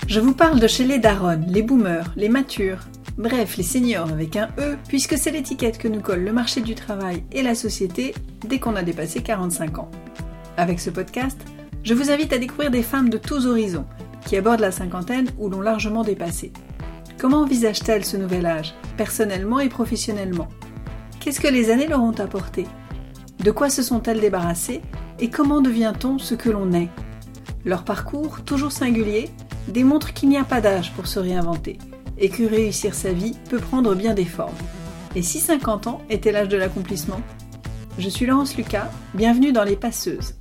Je vous parle de chez les darons, les boomers, les matures, bref, les seniors avec un E, puisque c'est l'étiquette que nous colle le marché du travail et la société dès qu'on a dépassé 45 ans. Avec ce podcast, je vous invite à découvrir des femmes de tous horizons, qui abordent la cinquantaine ou l'ont largement dépassée. Comment envisagent-elles ce nouvel âge, personnellement et professionnellement ? Qu'est-ce que les années leur ont apporté ? De quoi se sont-elles débarrassées ? Et comment devient-on ce que l'on est ? Leur parcours, toujours singulier, démontre qu'il n'y a pas d'âge pour se réinventer, et que réussir sa vie peut prendre bien des formes. Et si 50 ans était l'âge de l'accomplissement ? Je suis Laurence Lucas, bienvenue dans Les Passeuses.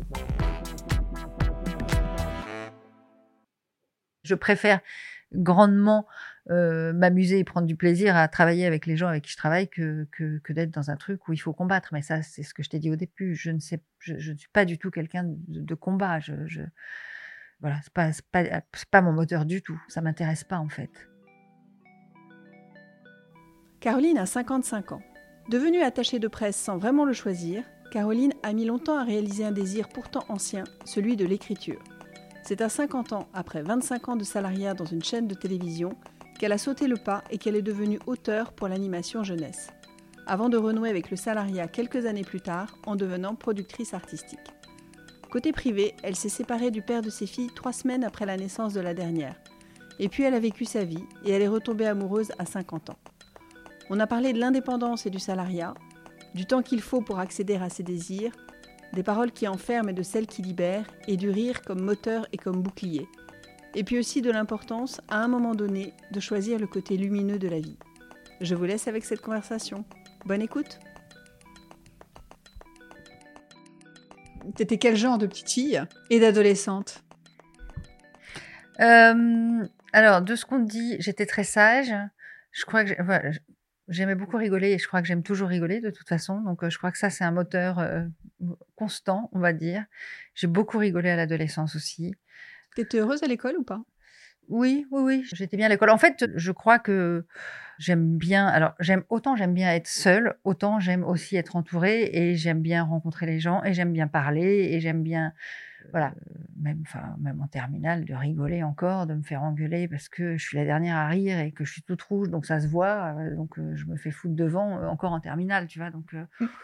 Je préfère grandement m'amuser et prendre du plaisir à travailler avec les gens avec qui je travaille que d'être dans un truc où il faut combattre. Mais ça, c'est ce que je t'ai dit au début. Je ne suis pas du tout quelqu'un de combat. Voilà, c'est pas mon moteur du tout. Ça m'intéresse pas en fait. Caroline a 55 ans. Devenue attachée de presse sans vraiment le choisir, Caroline a mis longtemps à réaliser un désir pourtant ancien, celui de l'écriture. C'est à 50 ans, après 25 ans de salariat dans une chaîne de télévision, qu'elle a sauté le pas et qu'elle est devenue auteure pour l'animation jeunesse, avant de renouer avec le salariat quelques années plus tard en devenant productrice artistique. Côté privé, elle s'est séparée du père de ses filles 3 semaines après la naissance de la dernière. Et puis elle a vécu sa vie et elle est retombée amoureuse à 50 ans. On a parlé de l'indépendance et du salariat, du temps qu'il faut pour accéder à ses désirs, des paroles qui enferment et de celles qui libèrent, et du rire comme moteur et comme bouclier. Et puis aussi de l'importance, à un moment donné, de choisir le côté lumineux de la vie. Je vous laisse avec cette conversation. Bonne écoute. T'étais quel genre de petite fille et d'adolescente ? Alors, de ce qu'on dit, j'étais très sage. Je crois que j'aimais beaucoup rigoler et je crois que j'aime toujours rigoler de toute façon. Donc, je crois que ça, c'est un moteur constant, on va dire. J'ai beaucoup rigolé à l'adolescence aussi. T'étais heureuse à l'école ou pas ? Oui, j'étais bien à l'école. En fait, je crois que j'aime bien être seule, autant j'aime aussi être entourée et j'aime bien rencontrer les gens et j'aime bien parler et j'aime bien, même en terminale, de rigoler encore, de me faire engueuler parce que je suis la dernière à rire et que je suis toute rouge, donc ça se voit, donc je me fais foutre devant, encore en terminale, tu vois, donc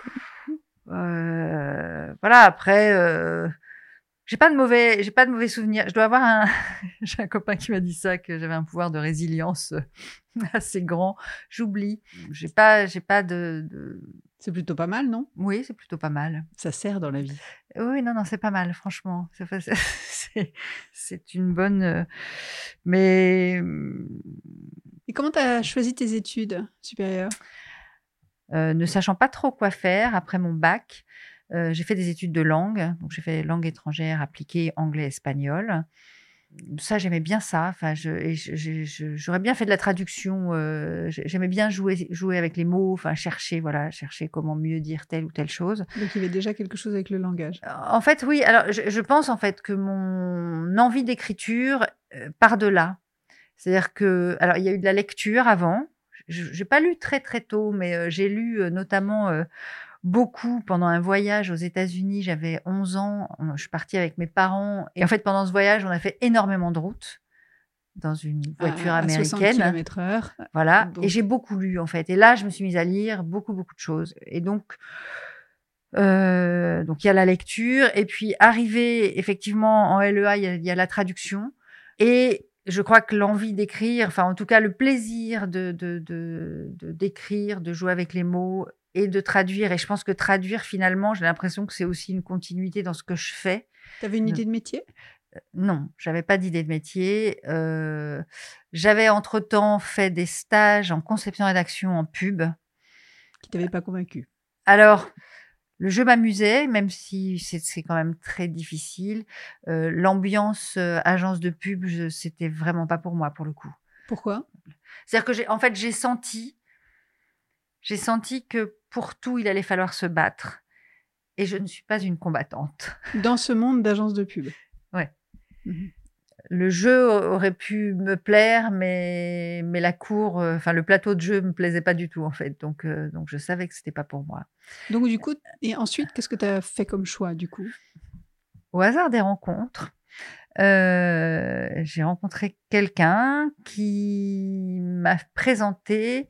voilà, après... J'ai pas de mauvais souvenirs. Je dois avoir j'ai un copain qui m'a dit ça, que j'avais un pouvoir de résilience assez grand. J'oublie. J'ai pas de... C'est plutôt pas mal, non ? Oui, c'est plutôt pas mal. Ça sert dans la vie. Oui, non, c'est pas mal, franchement. C'est une bonne... Mais... Et comment t'as choisi tes études supérieures ? Ne sachant pas trop quoi faire après mon bac, j'ai fait des études de langue. Donc, j'ai fait langue étrangère appliquée, anglais, espagnol. Ça, j'aimais bien ça. Enfin, j'aurais bien fait de la traduction. J'aimais bien jouer avec les mots. Enfin, chercher comment mieux dire telle ou telle chose. Donc, il y avait déjà quelque chose avec le langage. En fait, oui. Alors, je pense en fait que mon envie d'écriture part de là. C'est-à-dire que, alors, il y a eu de la lecture avant. J'ai pas lu très très tôt, mais j'ai lu notamment beaucoup pendant un voyage aux États-Unis. J'avais 11 ans, je suis partie avec mes parents et en fait pendant ce voyage, on a fait énormément de routes dans une voiture américaine. 60 km/h. Voilà, Donc... et j'ai beaucoup lu en fait. Et là, je me suis mise à lire beaucoup de choses. Et donc il y a la lecture et puis arrivé effectivement en LEA, il y a la traduction et je crois que l'envie d'écrire, enfin en tout cas le plaisir d'écrire, de jouer avec les mots et de traduire. Et je pense que traduire, finalement, j'ai l'impression que c'est aussi une continuité dans ce que je fais. T'avais une idée de métier ? Non, j'avais pas d'idée de métier. J'avais entre-temps fait des stages en conception-rédaction en pub. Qui t'avaient pas convaincu ? Alors, le jeu m'amusait, même si c'est quand même très difficile. L'ambiance agence de pub, c'était vraiment pas pour moi, pour le coup. Pourquoi ? C'est-à-dire que j'ai senti que pour tout, il allait falloir se battre. Et je ne suis pas une combattante. Dans ce monde d'agence de pub ? Ouais. Mm-hmm. Le jeu aurait pu me plaire, mais la cour, le plateau de jeu me plaisait pas du tout, en fait. Donc je savais que c'était pas pour moi. Donc, du coup, et ensuite, qu'est-ce que tu as fait comme choix, du coup ? Au hasard des rencontres, j'ai rencontré quelqu'un qui m'a présenté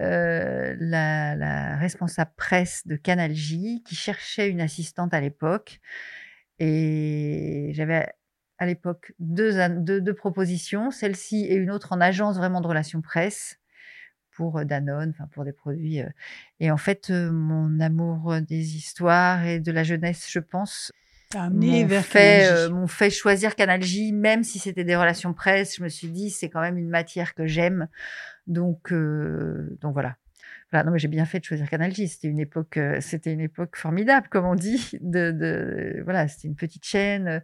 la responsable presse de Canal J, qui cherchait une assistante à l'époque. Et j'avais à l'époque deux propositions, celle-ci et une autre en agence vraiment de relations presse pour Danone, enfin pour des produits. Et en fait, mon amour des histoires et de la jeunesse, je pense, T'as amené vers Canal J. m'ont fait choisir Canal J, même si c'était des relations presse. Je me suis dit, c'est quand même une matière que j'aime. Donc voilà. Voilà, non, mais j'ai bien fait de choisir Canal J. C'était une époque formidable, comme on dit. Voilà, c'était une petite chaîne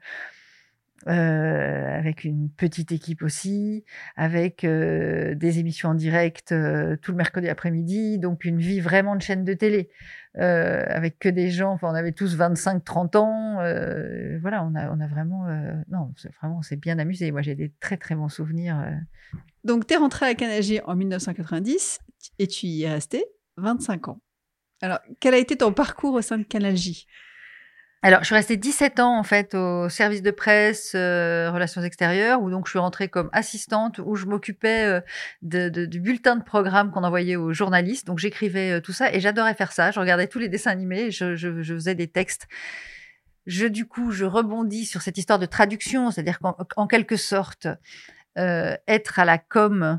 avec une petite équipe aussi, avec des émissions en direct tout le mercredi après-midi, donc une vie vraiment de chaîne de télé, avec que des gens. Enfin, on avait tous 25-30 ans. Voilà, on a vraiment, non, on s'est bien amusé. Moi, j'ai des très très bons souvenirs. Donc, tu es rentrée à Canal J en 1990 et tu y es restée 25 ans. Alors, quel a été ton parcours au sein de Canal J? Alors, je suis restée 17 ans, en fait, au service de presse, relations extérieures, où donc je suis rentrée comme assistante, où je m'occupais du bulletin de programme qu'on envoyait aux journalistes. Donc, j'écrivais tout ça et j'adorais faire ça. Je regardais tous les dessins animés, je faisais des textes. Du coup, je rebondis sur cette histoire de traduction, c'est-à-dire qu'en quelque sorte, être à la com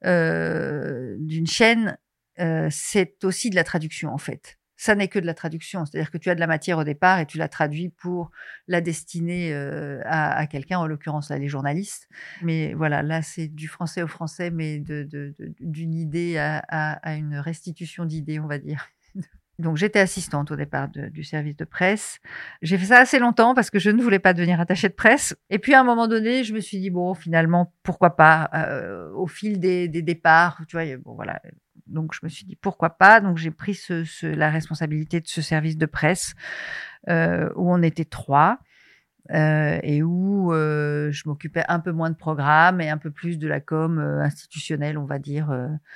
d'une chaîne, c'est aussi de la traduction, en fait. Ça n'est que de la traduction, c'est-à-dire que tu as de la matière au départ et tu la traduis pour la destiner à quelqu'un, en l'occurrence là les journalistes. Mais voilà, là c'est du français au français, mais d'une idée à une restitution d'idées, on va dire. Donc j'étais assistante au départ du service de presse. J'ai fait ça assez longtemps parce que je ne voulais pas devenir attachée de presse. Et puis à un moment donné, je me suis dit bon, finalement, pourquoi pas au fil des départs, tu vois, bon voilà. Donc je me suis dit pourquoi pas. Donc j'ai pris la responsabilité de ce service de presse où on était 3 et où je m'occupais un peu moins de programmes et un peu plus de la com institutionnelle, on va dire,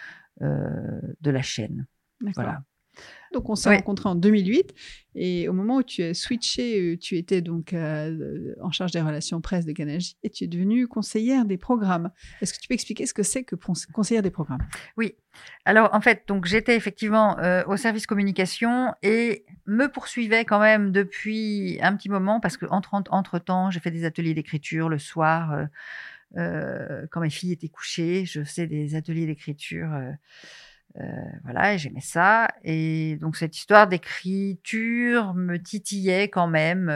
de la chaîne. D'accord. Voilà. Donc, on s'est rencontrés en 2008 et au moment où tu as switché, tu étais donc en charge des relations presse de Canal J et tu es devenue conseillère des programmes. Est-ce que tu peux expliquer ce que c'est que conseillère des programmes? Oui. Alors, en fait, donc j'étais effectivement au service communication et me poursuivais quand même depuis un petit moment parce que entre-temps, j'ai fait des ateliers d'écriture le soir quand mes filles étaient couchées. Je faisais des ateliers d'écriture. Voilà, et j'aimais ça. Et donc cette histoire d'écriture me titillait quand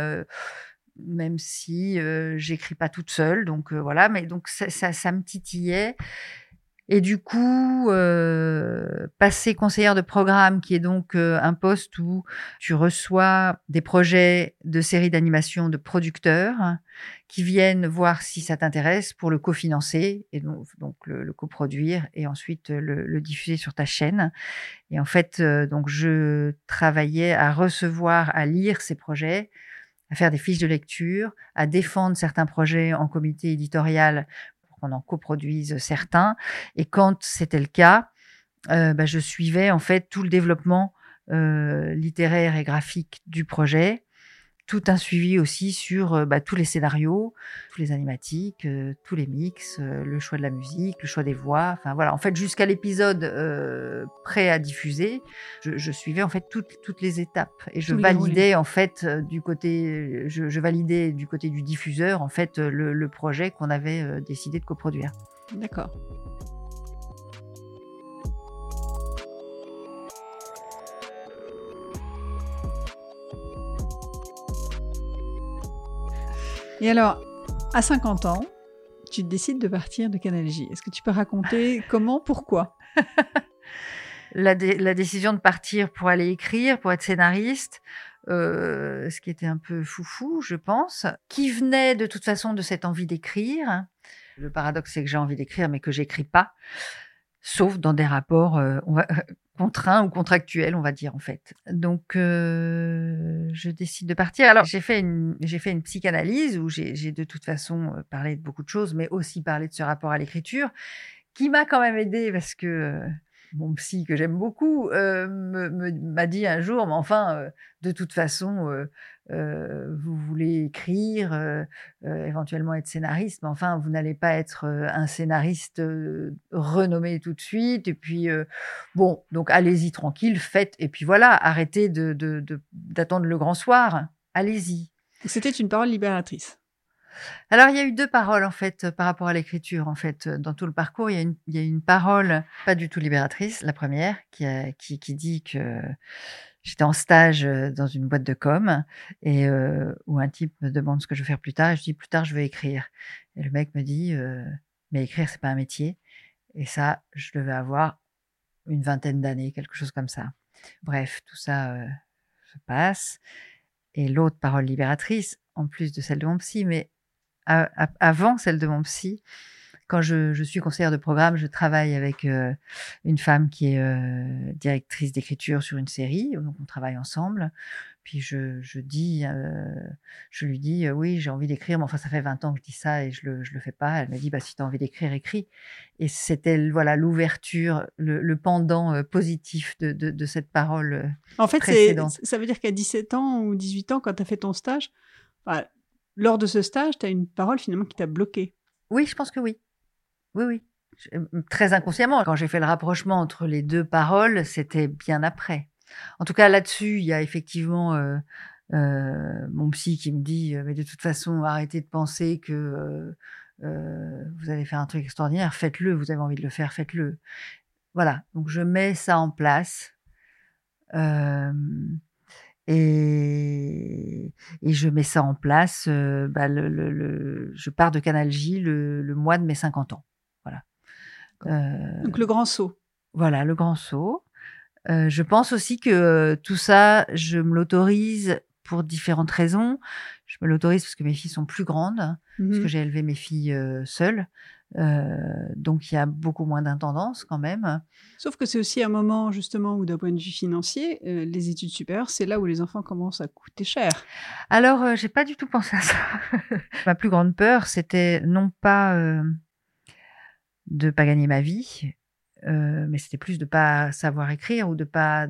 même si j'écris pas toute seule. Donc voilà, mais donc ça me titillait. Et du coup, passer conseillère de programme, qui est donc un poste où tu reçois des projets de séries d'animation de producteurs qui viennent voir si ça t'intéresse pour le cofinancer et donc le coproduire et ensuite le diffuser sur ta chaîne. Et en fait, donc je travaillais à recevoir, à lire ces projets, à faire des fiches de lecture, à défendre certains projets en comité éditorial qu'on en coproduise certains. Et quand c'était le cas, je suivais en fait tout le développement littéraire et graphique du projet, tout un suivi aussi sur tous les scénarios, tous les animatiques, tous les mix, le choix de la musique, le choix des voix. Enfin voilà, en fait jusqu'à l'épisode prêt à diffuser, je suivais en fait toutes les étapes et je validais en fait je validais du côté du diffuseur en fait le projet qu'on avait décidé de coproduire. D'accord. Et alors, à 50 ans, tu décides de partir de Canal J. Est-ce que tu peux raconter comment, pourquoi? La décision de partir pour aller écrire, pour être scénariste, ce qui était un peu foufou, je pense, qui venait de toute façon de cette envie d'écrire. Le paradoxe, c'est que j'ai envie d'écrire, mais que j'écris pas, sauf dans des rapports contraints ou contractuels, on va dire en fait. Donc, je décide de partir. Alors, j'ai fait une psychanalyse où j'ai de toute façon parlé de beaucoup de choses, mais aussi parlé de ce rapport à l'écriture, qui m'a quand même aidée parce que mon psy que j'aime beaucoup, m'a dit un jour: «Mais enfin, de toute façon, vous voulez écrire, éventuellement être scénariste, mais enfin, vous n'allez pas être, un scénariste, renommé tout de suite et puis, bon, donc allez-y tranquille, faites et puis voilà, arrêtez d'attendre le grand soir, allez-y». C'était une parole libératrice. Alors, il y a eu 2 paroles, en fait, par rapport à l'écriture, en fait, dans tout le parcours. Il y a une parole pas du tout libératrice, la première, qui dit que j'étais en stage, dans une boîte de com et où un type me demande ce que je veux faire plus tard et je dis: «Plus tard, je veux écrire» et le mec me dit: «Mais écrire, c'est pas un métier» et ça, je devais avoir une vingtaine d'années, quelque chose comme ça. Bref, tout ça, se passe et l'autre parole libératrice, en plus de celle de mon psy, mais avant celle de mon psy, quand je suis conseillère de programme, je travaille avec une femme qui est directrice d'écriture sur une série, donc on travaille ensemble. Puis je lui dis oui, j'ai envie d'écrire, mais enfin ça fait 20 ans que je dis ça et je le fais pas. Elle me dit bah si tu as envie d'écrire, écris. Et c'était voilà l'ouverture, le pendant positif de cette parole En fait, précédente. ça veut dire qu'à 17 ans ou 18 ans, quand tu as fait ton stage, enfin, lors de ce stage, tu as une parole finalement qui t'a bloqué. Oui, je pense que oui. Oui, oui. Très inconsciemment, quand j'ai fait le rapprochement entre les 2 paroles, c'était bien après. En tout cas, là-dessus, il y a effectivement, mon psy qui me dit: «Mais de toute façon, arrêtez de penser que, vous allez faire un truc extraordinaire, faites-le, vous avez envie de le faire, faites-le». Voilà, donc je mets ça en place, hem et je mets ça en place, bah, je pars de Canal J le mois de mes 50 ans. Voilà. Donc le grand saut. Voilà, le grand saut. Je pense aussi que, tout ça, je me l'autorise pour différentes raisons. Je me l'autorise parce que mes filles sont plus grandes, parce que j'ai élevé mes filles, seule, donc il y a beaucoup moins d'intendance quand même. Sauf que c'est aussi un moment justement où d'un point de vue financier, les études supérieures, c'est là où les enfants commencent à coûter cher. Alors, j'ai pas du tout pensé à ça. Ma plus grande peur, c'était non pas, de pas gagner ma vie, mais c'était plus de pas savoir écrire ou de pas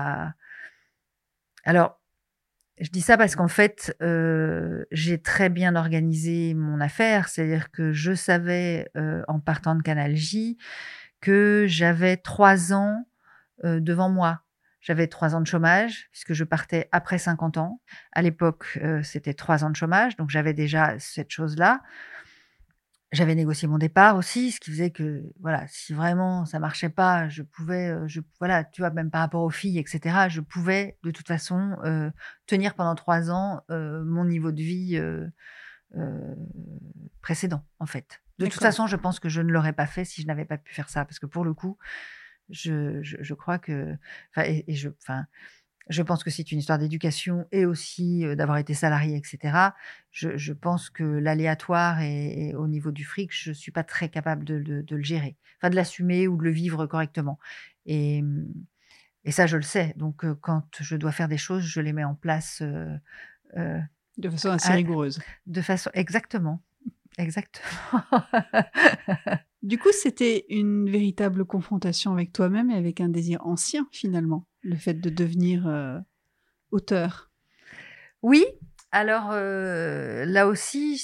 alors, je dis ça parce qu'en fait, j'ai très bien organisé mon affaire. C'est-à-dire que je savais, en partant de Canal J, que j'avais 3 ans, devant moi. J'avais 3 ans de chômage puisque je partais après 50 ans. À l'époque, c'était 3 ans de chômage, donc j'avais déjà cette chose-là. J'avais négocié mon départ aussi, ce qui faisait que, voilà, si vraiment ça marchait pas, je pouvais, voilà, tu vois, même par rapport aux filles et cetera, je pouvais de toute façon, tenir pendant 3 ans, mon niveau de vie, heu, précédent, en fait. De toute D'accord. façon, je pense que je ne l'aurais pas fait si je n'avais pas pu faire ça parce que pour le coup, je crois que enfin je pense que c'est une histoire d'éducation et aussi, d'avoir été salariée et cetera. Je pense que l'aléatoire et au niveau du fric, je suis pas très capable de le gérer. Enfin de l'assumer ou de le vivre correctement et et ça, je le sais. Donc quand je dois faire des choses, je les mets en place, heu, De façon assez à rigoureuse. de façon exactement, exactement. Du coup, c'était une véritable confrontation avec toi-même et avec un désir ancien finalement, le fait de devenir, auteur? Oui, alors, là aussi,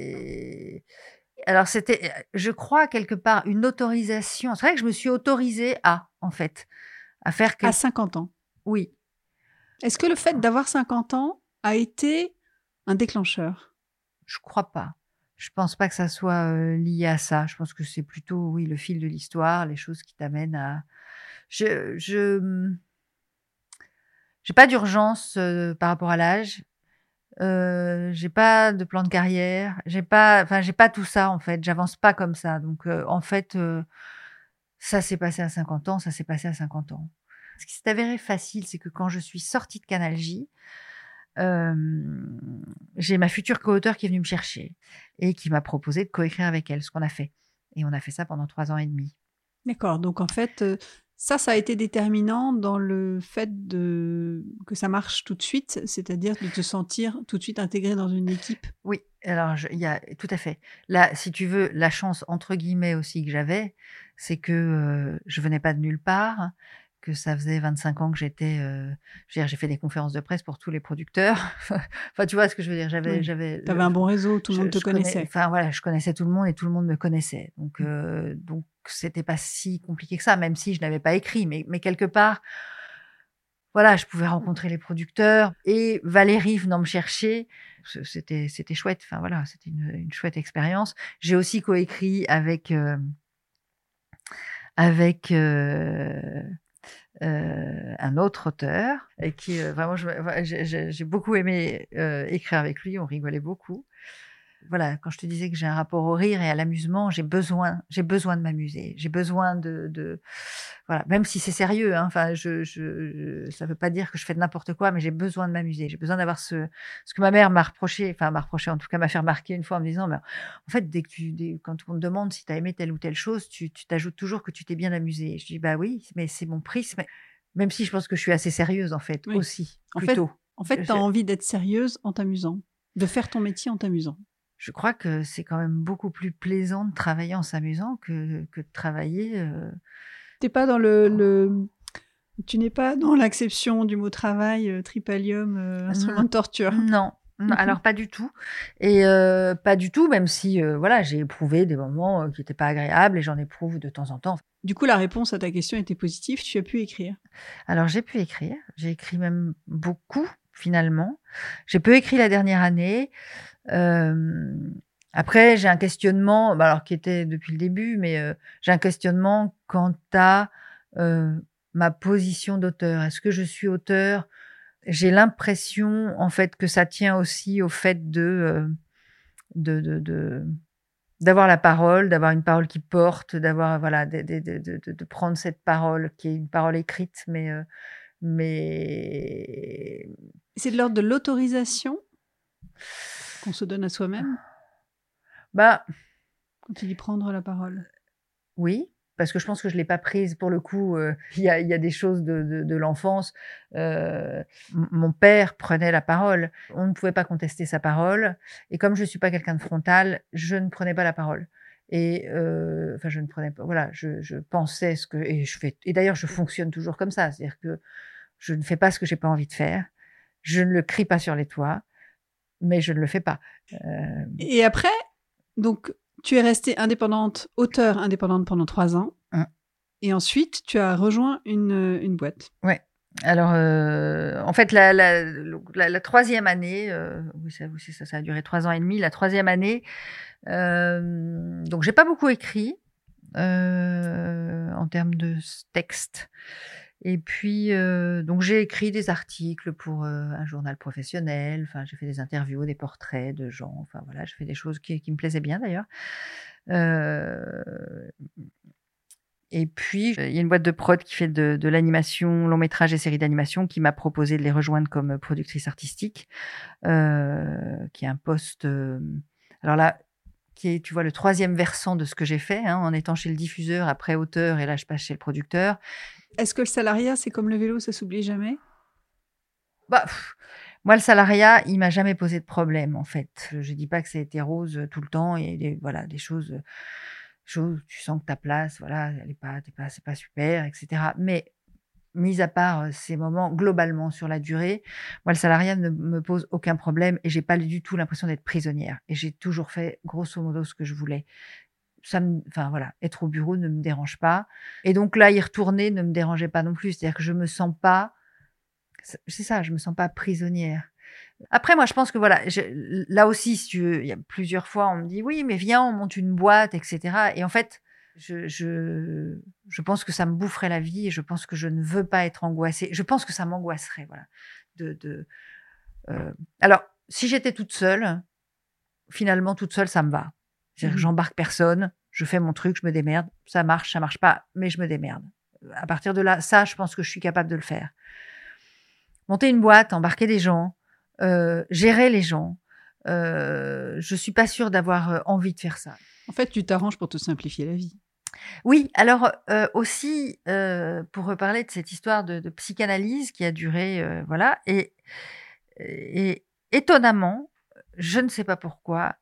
c'était, je crois quelque part une autorisation. C'est vrai que je me suis autorisée en fait, à faire À quelque 50 ans. oui. Est-ce que le fait d'avoir 50 ans a été un déclencheur? Je crois pas. Je pense pas que ça soit, lié à ça. Je pense que c'est plutôt, oui, le fil de l'histoire, les choses qui t'amènent à je j'ai pas d'urgence, par rapport à l'âge. J'ai pas de plan de carrière, j'ai pas tout ça en fait, j'avance pas comme ça. Donc en fait, ça s'est passé à 50 ans, ça s'est passé à 50 ans. Ce qui s'est avéré facile, c'est que quand je suis sortie de Canal J, j'ai ma future co-auteure qui est venue me chercher et qui m'a proposé de coécrire avec elle, ce qu'on a fait et on a fait ça pendant 3 ans et demi. D'accord, donc en fait, Ça a été déterminant dans le fait que ça marche tout de suite, c'est-à-dire de te sentir tout de suite intégré dans une équipe. Oui, alors il y a tout à fait. Là, si tu veux, la chance entre guillemets aussi que j'avais, c'est que je venais pas de nulle part, que ça faisait 25 ans que j'étais. Je veux dire, j'ai fait des conférences de presse pour tous les producteurs. Enfin, tu vois ce que je veux dire. Oui. T'avais un bon réseau, tout le monde te connaissait. Enfin voilà, je connaissais tout le monde et tout le monde me connaissait. Donc c'était pas si compliqué que ça, même si je n'avais pas écrit, mais quelque part. Voilà, je pouvais rencontrer les producteurs et Valérie venant me chercher, c'était chouette. Enfin voilà, c'était une chouette expérience. J'ai aussi coécrit avec un autre auteur et qui vraiment j'ai beaucoup aimé écrire avec lui. On rigolait beaucoup. Voilà, quand je te disais que j'ai un rapport au rire et à l'amusement, j'ai besoin de m'amuser. J'ai besoin de voilà, même si c'est sérieux, hein, enfin, ça veut pas dire que je fais de n'importe quoi, mais j'ai besoin de m'amuser. J'ai besoin d'avoir ce que ma mère m'a reproché, en tout cas, m'a fait remarquer une fois en me disant, en fait, quand on te demande si tu as aimé telle ou telle chose, tu t'ajoutes toujours que tu t'es bien amusé. Je dis, bah oui, mais c'est mon prisme. Même si je pense que je suis assez sérieuse, en fait, oui. aussi, plutôt. En fait, tu as envie d'être sérieuse en t'amusant, de faire ton métier en t'amusant. Je crois que c'est quand même beaucoup plus plaisant de travailler en s'amusant que de travailler. T'es pas dans tu n'es pas dans l'acception du mot travail, tripalium, instrument de torture. Non, alors pas du tout. Et pas du tout, même si voilà, j'ai éprouvé des moments qui n'étaient pas agréables et j'en éprouve de temps en temps. Du coup, la réponse à ta question était positive, tu as pu écrire. Alors j'ai pu écrire, j'ai écrit même beaucoup finalement. J'ai peu écrit la dernière année. Après, j'ai un questionnement, alors qui était depuis le début, mais j'ai un questionnement quant à ma position d'auteur. Est-ce que je suis auteur? J'ai l'impression, en fait, que ça tient aussi au fait d'avoir la parole, d'avoir une parole qui porte, d'avoir voilà, de prendre cette parole qui est une parole écrite, mais c'est de l'ordre de l'autorisation qu'on se donne à soi-même. Bah, quand tu dis prendre la parole. Oui. Parce que je pense que je l'ai pas prise pour le coup. Il y a des choses de l'enfance. Mon père prenait la parole. On ne pouvait pas contester sa parole. Et comme je suis pas quelqu'un de frontal, je ne prenais pas la parole. Et enfin, je ne prenais pas. Voilà, je pensais ce que et je fais. Et d'ailleurs, je fonctionne toujours comme ça. C'est-à-dire que je ne fais pas ce que j'ai pas envie de faire. Je ne le crie pas sur les toits, mais je ne le fais pas. Et après, donc. Tu es restée auteure indépendante pendant 3 ans. Et ensuite, tu as rejoint une boîte. Ouais. Alors, en fait, la troisième année, oui, ça a duré 3 ans et demi. La troisième année, donc j'ai pas beaucoup écrit en termes de texte. Et puis, donc j'ai écrit des articles pour un journal professionnel. Enfin, j'ai fait des interviews, des portraits de gens. Enfin voilà, j'ai fait des choses qui me plaisaient bien d'ailleurs. Et puis, il y a une boîte de prod qui fait de l'animation, long métrage et série d'animation, qui m'a proposé de les rejoindre comme productrice artistique, qui est un poste. Alors là, qui est, tu vois, le troisième versant de ce que j'ai fait, hein, en étant chez le diffuseur, après auteur, et là je passe chez le producteur. Est-ce que le salariat, c'est comme le vélo, ça s'oublie jamais? Moi, le salariat, il m'a jamais posé de problème, en fait. Je dis pas que ça a été rose tout le temps. Il y a voilà, des choses, tu sens que ta place, voilà, c'est pas super, etc. Mais, mis à part ces moments, globalement, sur la durée, moi, le salariat ne me pose aucun problème et j'ai pas du tout l'impression d'être prisonnière. Et j'ai toujours fait, grosso modo, ce que je voulais. Enfin voilà, être au bureau ne me dérange pas. Et donc là, y retourner ne me dérangeait pas non plus. C'est-à-dire que je me sens pas prisonnière. Après, moi, je pense que voilà, là aussi, si tu veux, il y a plusieurs fois, on me dit oui, mais viens, on monte une boîte, etc. Et en fait, je pense que ça me boufferait la vie et je pense que je ne veux pas être angoissée. Je pense que ça m'angoisserait, voilà. Alors, si j'étais toute seule, finalement, toute seule, ça me va. C'est-à-dire que j'embarque personne, je fais mon truc, je me démerde. Ça marche pas, mais je me démerde. À partir de là, ça, je pense que je suis capable de le faire. Monter une boîte, embarquer des gens, gérer les gens, je suis pas sûre d'avoir envie de faire ça. En fait, tu t'arranges pour te simplifier la vie. Oui, alors, aussi, pour reparler de cette histoire de psychanalyse qui a duré, voilà et étonnamment, je ne sais pas pourquoi,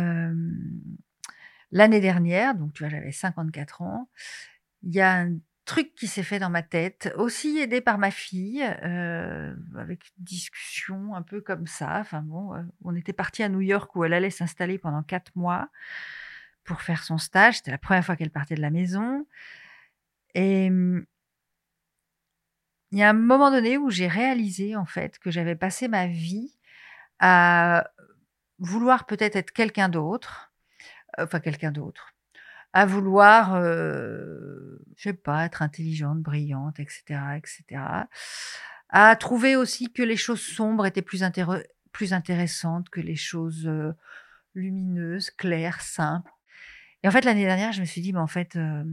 l'année dernière, donc tu vois, j'avais 54 ans, il y a un truc qui s'est fait dans ma tête, aussi aidée par ma fille, avec une discussion un peu comme ça. Enfin bon, on était partis à New York où elle allait s'installer pendant 4 mois pour faire son stage. C'était la première fois qu'elle partait de la maison et il y a un moment donné où j'ai réalisé, en fait, que j'avais passé ma vie à vouloir peut-être être quelqu'un d'autre, enfin quelqu'un d'autre, à vouloir, je sais pas, être intelligente, brillante, et cetera. À trouver aussi que les choses sombres étaient plus intéressantes que les choses, lumineuses, claires, simples. Et en fait, l'année dernière, je me suis dit: «Mais en fait,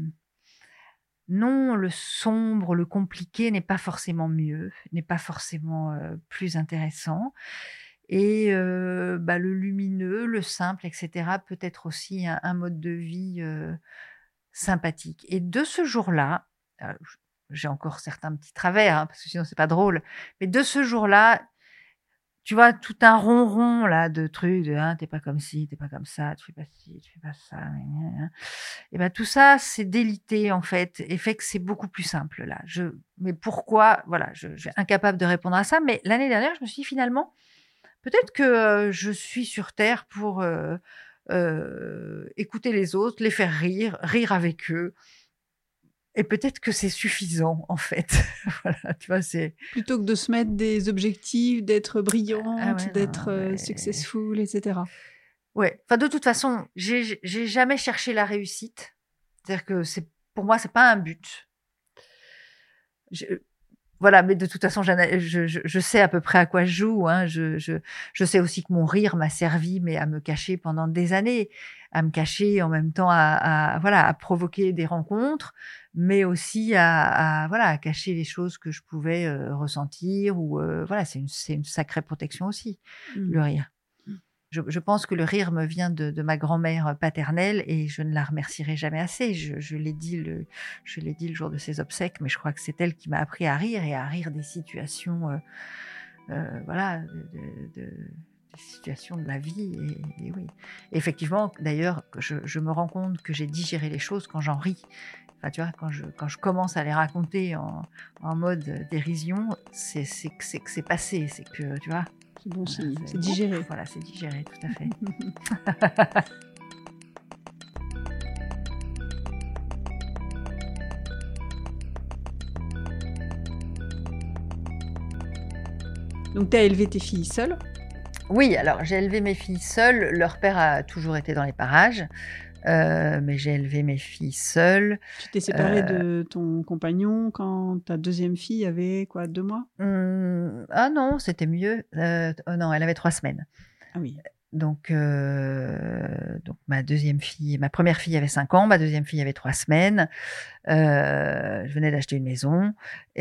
non, le sombre, le compliqué n'est pas forcément mieux, n'est pas forcément, plus intéressant et bah, le lumineux, le simple et cetera peut être aussi un mode de vie, sympathique». Et de ce jour-là, j'ai encore certains petits travers, hein, parce que sinon c'est pas drôle, mais de ce jour-là, tu vois, tout un ronron là de trucs de: «Hein, tu pas comme ci, t'es pas comme ça, tu fais pas ci, tu fais pas ça, gna gna gna». Et ben tout ça, c'est délité en fait et fait que c'est beaucoup plus simple là. Mais pourquoi? Voilà, je suis incapable de répondre à ça, mais l'année dernière, je me suis dit: «Finalement, peut-être que, je suis sur terre pour, écouter les autres, les faire rire, rire avec eux et peut-être que c'est suffisant en fait». Voilà, tu vois? C'est Plutôt que de se mettre des objectifs, d'être ah brillante, ouais, non, d'être non, mais successful, etc. ouais, enfin de toute façon, j'ai jamais cherché la réussite. C'est-à-dire que c'est pour moi, c'est pas un but. Je Voilà, mais de toute façon, je sais à peu près à quoi je joue, hein. Je sais aussi que mon rire m'a servi, mais à me cacher pendant des années, à me cacher en même temps voilà, à provoquer des rencontres, mais aussi voilà, à cacher les choses que je pouvais, ressentir ou, voilà, c'est une sacrée protection aussi, Mmh. le rire. Je pense que le rire me vient de ma grand-mère paternelle et je ne la remercierai jamais assez. Je l'ai dit le jour de ses obsèques, mais je crois que c'est elle qui m'a appris à rire et à rire des situations, voilà, des situations de la vie et oui. Et effectivement, d'ailleurs, que je me rends compte que j'ai digéré les choses quand j'en ris. Enfin, tu vois, quand je commence à les raconter en mode dérision, c'est que c'est passé, c'est que, tu vois? C'est bon Voilà, signe, c'est digéré. voilà, c'est digéré, tout à fait. Donc, tu as élevé tes filles seules? Oui, alors j'ai élevé mes filles seules. Leur père a toujours été dans les parages, mais j'ai élevé mes filles seules. Tu t'es séparée de ton compagnon quand ta deuxième fille avait quoi, 2 mois? Ah non, c'était mieux. Oh non, elle avait 3 semaines. Ah oui. Donc ma première fille avait 5 ans, ma deuxième fille avait 3 semaines. Je venais d'acheter une maison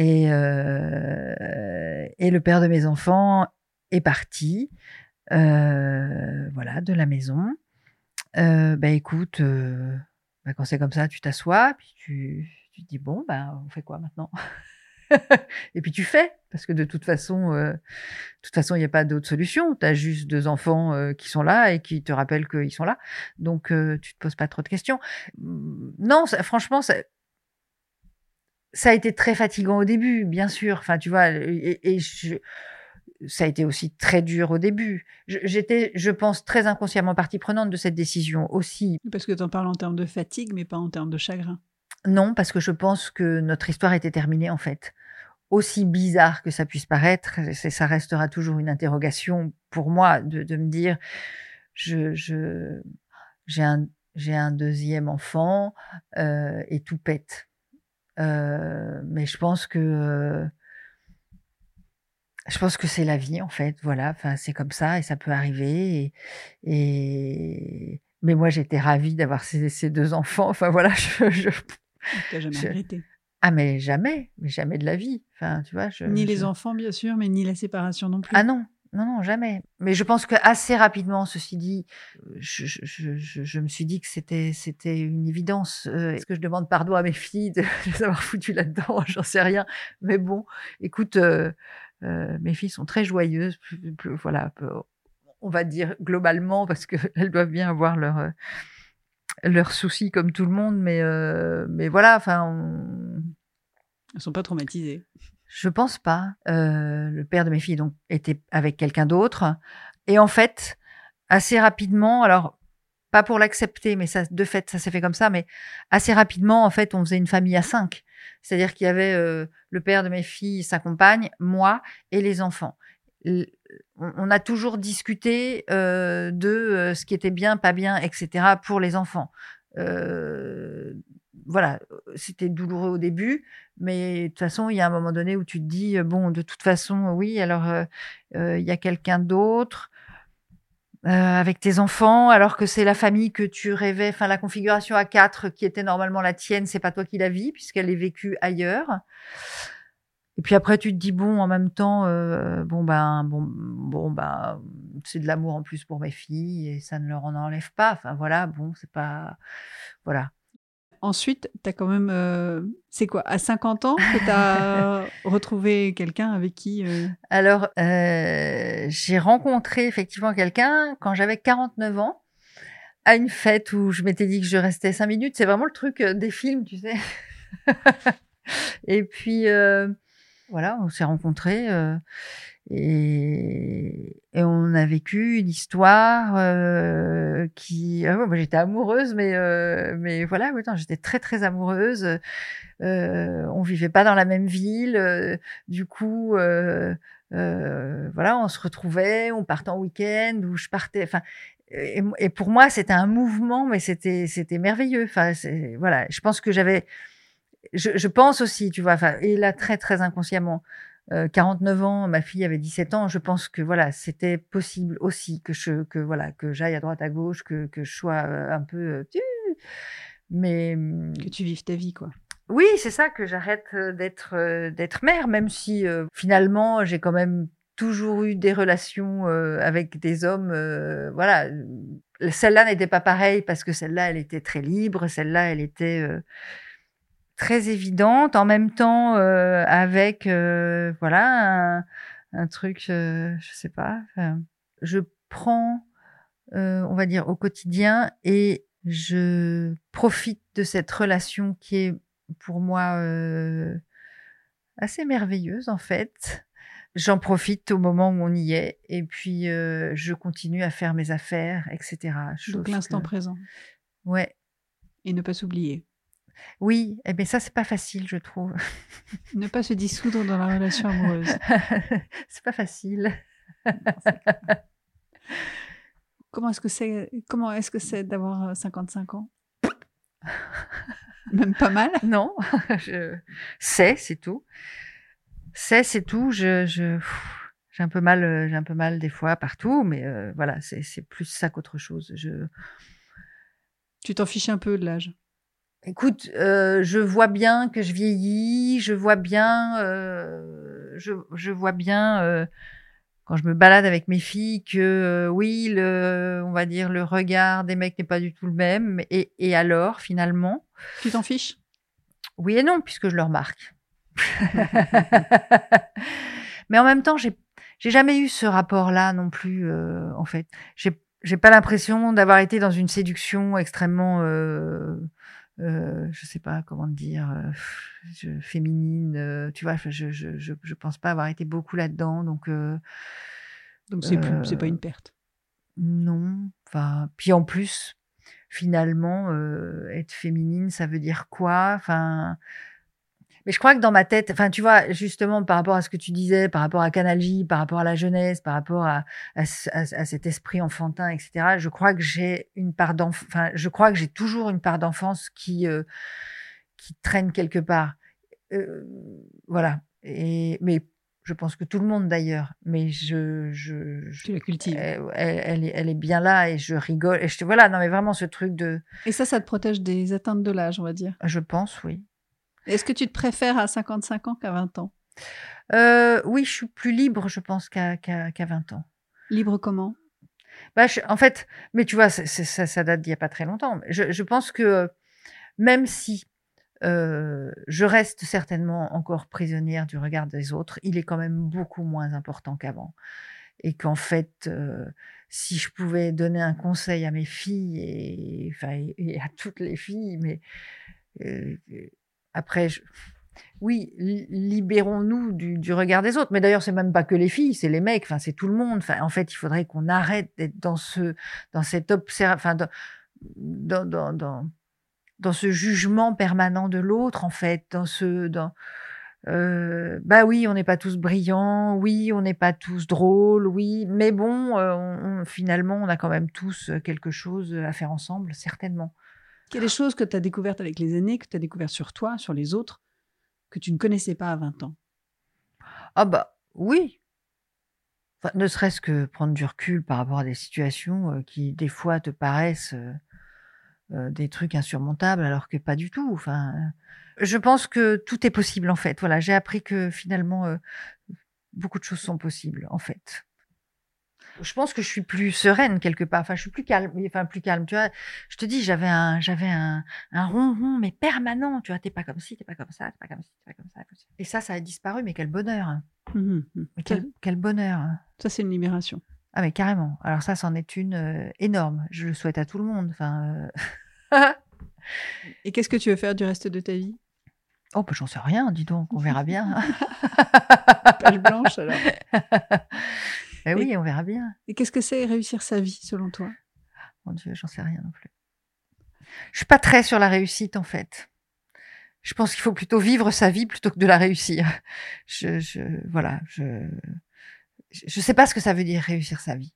et le père de mes enfants est parti, voilà, de la maison. Bah, écoute, bah, quand c'est comme ça, tu t'assois, puis tu te dis: «Bon, bah, on fait quoi maintenant?» Et puis tu fais, parce que de toute façon, il y a pas d'autre solution. Tu as juste 2 enfants, qui sont là et qui te rappellent qu'ils sont là. Donc tu te poses pas trop de questions. Non, franchement, ça a été très fatigant au début, bien sûr. Enfin, tu vois? Ça a été aussi très dur au début. J'étais, je pense, très inconsciemment partie prenante de cette décision aussi. Parce que tu en parles en termes de fatigue, mais pas en termes de chagrin. Non, parce que je pense que notre histoire était terminée, en fait. Aussi bizarre que ça puisse paraître, ça restera toujours une interrogation pour moi de me dire, je j'ai un 2e enfant, et tout pète. Mais je pense que c'est la vie en fait, voilà, enfin c'est comme ça et ça peut arriver mais moi j'étais ravie d'avoir ces 2 enfants, enfin voilà, Tu jamais je regretté? ah mais jamais de la vie, enfin tu vois? Ni les enfants, bien sûr, mais ni la séparation non Ah plus. non, non, jamais. Mais je pense qu'assez rapidement, ceci dit, je me suis dit que c'était une évidence. Est-ce que je demande pardon à mes filles de les avoir foutues là-dedans? J'en sais rien. Mais bon, écoute, mes filles sont très joyeuses. Voilà, on va dire globalement, parce qu'elles doivent bien avoir leurs soucis comme tout le monde. Mais voilà, enfin... Elles sont pas traumatisées. Je pense pas. Le père de mes filles donc était avec quelqu'un d'autre, et en fait, assez rapidement, alors pas pour l'accepter, mais ça, de fait, ça s'est fait comme ça, mais assez rapidement, en fait, on faisait une famille à 5. C'est-à-dire qu'il y avait le père de mes filles, sa compagne, moi et les enfants. On a toujours discuté de ce qui était bien, pas bien, etc. pour les enfants. Voilà, c'était douloureux au début, mais de toute façon, il y a un moment donné où tu te dis, bon, de toute façon, oui, alors il y a quelqu'un d'autre avec tes enfants, alors que c'est la famille que tu rêvais, enfin la configuration à 4 qui était normalement la tienne, c'est pas toi qui la vis puisqu'elle est vécue ailleurs. Et puis après, tu te dis, bon, en même temps, c'est de l'amour en plus pour mes filles et ça ne leur en enlève pas. Enfin voilà, bon, c'est pas... Voilà. Ensuite, tu as quand même... c'est quoi, à 50 ans que tu as retrouvé quelqu'un avec qui... Alors, j'ai rencontré effectivement quelqu'un quand j'avais 49 ans, à une fête où je m'étais dit que je restais 5 minutes. C'est vraiment le truc des films, tu sais. Et puis, voilà, on s'est rencontrés et on a vécu une histoire qui... moi, j'étais amoureuse, mais voilà, oui, non, j'étais très, très amoureuse. On vivait pas dans la même ville. Du coup, voilà, on se retrouvait, on partait en week-end, ou je partais... Enfin, et pour moi, c'était un mouvement, mais c'était merveilleux. Enfin, voilà, je pense que j'avais... Je pense aussi, tu vois, enfin, et là, très, très inconsciemment, 49 ans, ma fille avait 17 ans, je pense que voilà, c'était possible aussi que j'aille à droite, à gauche, que je sois un peu... mais... Que tu vives ta vie, quoi. Oui, c'est ça, que j'arrête d'être mère, même si finalement, j'ai quand même toujours eu des relations avec des hommes. Voilà, celle-là n'était pas pareille parce que celle-là, elle était très libre, celle-là, elle était... très évidente, en même temps avec voilà un truc, je sais pas. Je prends, on va dire au quotidien, et je profite de cette relation qui est pour moi assez merveilleuse en fait. J'en profite au moment où on y est, et puis je continue à faire mes affaires, etc. Donc l'instant présent. Ouais. Et ne pas s'oublier. Oui, eh bien ça, c'est pas facile, je trouve. Ne pas se dissoudre dans la relation amoureuse. C'est pas facile. Comment est-ce que c'est d'avoir 55 ans? Même pas mal? Non, c'est tout. C'est tout. J'ai un peu mal des fois partout, mais voilà, c'est plus ça qu'autre chose. Tu t'en fiches un peu de l'âge? Écoute, je vois bien que je vieillis, je vois bien, quand je me balade avec mes filles que oui, on va dire le regard des mecs n'est pas du tout le même. Et alors, finalement? Tu t'en fiches? Oui et non, puisque je le remarque. Mais en même temps, j'ai jamais eu ce rapport-là non plus, en fait. J'ai pas l'impression d'avoir été dans une séduction extrêmement... je sais pas comment te dire, féminine, tu vois, je pense pas avoir été beaucoup là-dedans, donc c'est pas une perte. Non, enfin, puis en plus, finalement, être féminine, ça veut dire quoi? Enfin, mais je crois que dans ma tête, enfin, tu vois, justement, par rapport à ce que tu disais, par rapport à Canal J, par rapport à la jeunesse, par rapport à cet esprit enfantin, etc., je crois que j'ai je crois que j'ai toujours une part d'enfance qui traîne quelque part. Voilà. Mais je pense que tout le monde d'ailleurs, mais Tu la cultives. Elle est bien là, et je rigole. Et voilà, non, mais vraiment ce truc de... Et ça te protège des atteintes de l'âge, on va dire. Je pense, oui. Est-ce que tu te préfères à 55 ans qu'à 20 ans? Oui, je suis plus libre, je pense, qu'à 20 ans. Libre comment? En fait, mais tu vois, ça date d'il y a pas très longtemps. Je pense que même si je reste certainement encore prisonnière du regard des autres, il est quand même beaucoup moins important qu'avant. Et qu'en fait, si je pouvais donner un conseil à mes filles et à toutes les filles, mais euh, après, oui, libérons-nous du regard des autres. Mais d'ailleurs, c'est même pas que les filles, c'est les mecs, enfin, c'est tout le monde. Enfin, en fait, il faudrait qu'on arrête d'être dans cette enfin, dans ce jugement permanent de l'autre, en fait, bah oui, on n'est pas tous brillants, oui, on n'est pas tous drôles, oui, mais bon, finalement, on a quand même tous quelque chose à faire ensemble, certainement. Qu'il y a des choses que tu as découvertes avec les aînés, que tu as découvertes sur toi, sur les autres, que tu ne connaissais pas à 20 ans. Ah bah oui. Enfin, ne serait-ce que prendre du recul par rapport à des situations qui, des fois, te paraissent des trucs insurmontables, alors que pas du tout. Enfin, je pense que tout est possible, en fait. Voilà, j'ai appris que finalement, beaucoup de choses sont possibles, en fait. Je pense que je suis plus sereine quelque part. Enfin, je suis plus calme. Enfin, plus calme. Tu vois, je te dis, j'avais un ronron, mais permanent. Tu vois, t'es pas comme ci, t'es pas comme ça, t'es pas comme ci, t'es pas comme ça. Et ça a disparu. Mais quel bonheur. Mais quel bonheur. Ça, c'est une libération. Ah, mais carrément. Alors ça, c'en est une énorme. Je le souhaite à tout le monde. Enfin. Et qu'est-ce que tu veux faire du reste de ta vie? Oh, bah, j'en sais rien. Dis donc, on verra bien. Page blanche alors. Oui, on verra bien. Et qu'est-ce que c'est réussir sa vie, selon toi? Mon Dieu, j'en sais rien non plus. Je suis pas très sur la réussite, en fait. Je pense qu'il faut plutôt vivre sa vie plutôt que de la réussir. Voilà, je sais pas ce que ça veut dire réussir sa vie.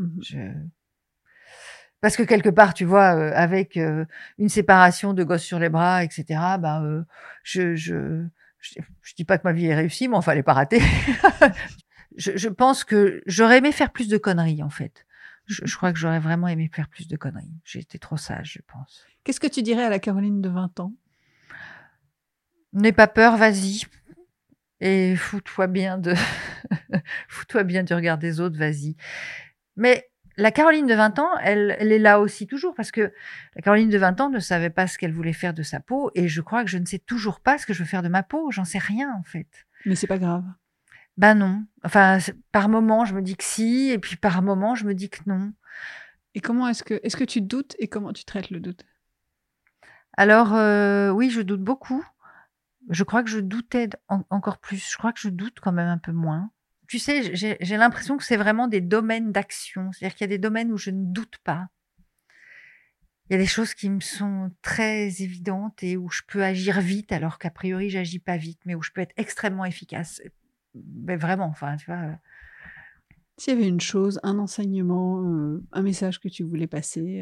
Parce que quelque part, tu vois, avec une séparation de gosses sur les bras, etc., je dis pas que ma vie est réussie, mais enfin, elle est pas ratée. Je pense que j'aurais aimé faire plus de conneries, en fait. Je crois que j'aurais vraiment aimé faire plus de conneries. J'ai été trop sage, je pense. Qu'est-ce que tu dirais à la Caroline de 20 ans? N'aie pas peur, vas-y. Et fous-toi bien du regard des autres, vas-y. Mais la Caroline de 20 ans, elle est là aussi toujours, parce que la Caroline de 20 ans ne savait pas ce qu'elle voulait faire de sa peau, et je crois que je ne sais toujours pas ce que je veux faire de ma peau. J'en sais rien, en fait. Mais c'est pas grave. Ben non. Enfin, par moment, je me dis que si, et puis par moment, je me dis que non. Et comment est-ce que tu doutes, et comment tu traites le doute? Alors, oui, je doute beaucoup. Je crois que je doutais encore plus. Je crois que je doute quand même un peu moins. Tu sais, j'ai l'impression que c'est vraiment des domaines d'action. C'est-à-dire qu'il y a des domaines où je ne doute pas. Il y a des choses qui me sont très évidentes et où je peux agir vite, alors qu'a priori, j'agis pas vite, mais où je peux être extrêmement efficace. Mais vraiment, enfin, tu vois. S'il y avait une chose, un enseignement, un message que tu voulais passer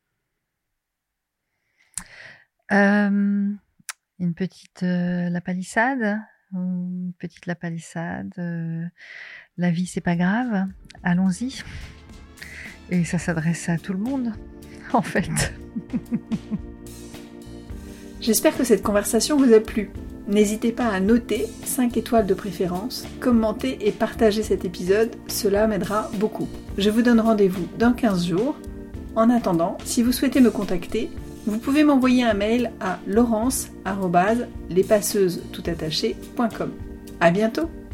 Une petite la palissade, une petite la palissade. La vie, c'est pas grave. Allons-y. Et ça s'adresse à tout le monde, en fait. J'espère que cette conversation vous a plu. N'hésitez pas à noter, 5 étoiles de préférence, commenter et partager cet épisode, cela m'aidera beaucoup. Je vous donne rendez-vous dans 15 jours. En attendant, si vous souhaitez me contacter, vous pouvez m'envoyer un mail à laurence@lespasseusestoutattachées.com. À bientôt!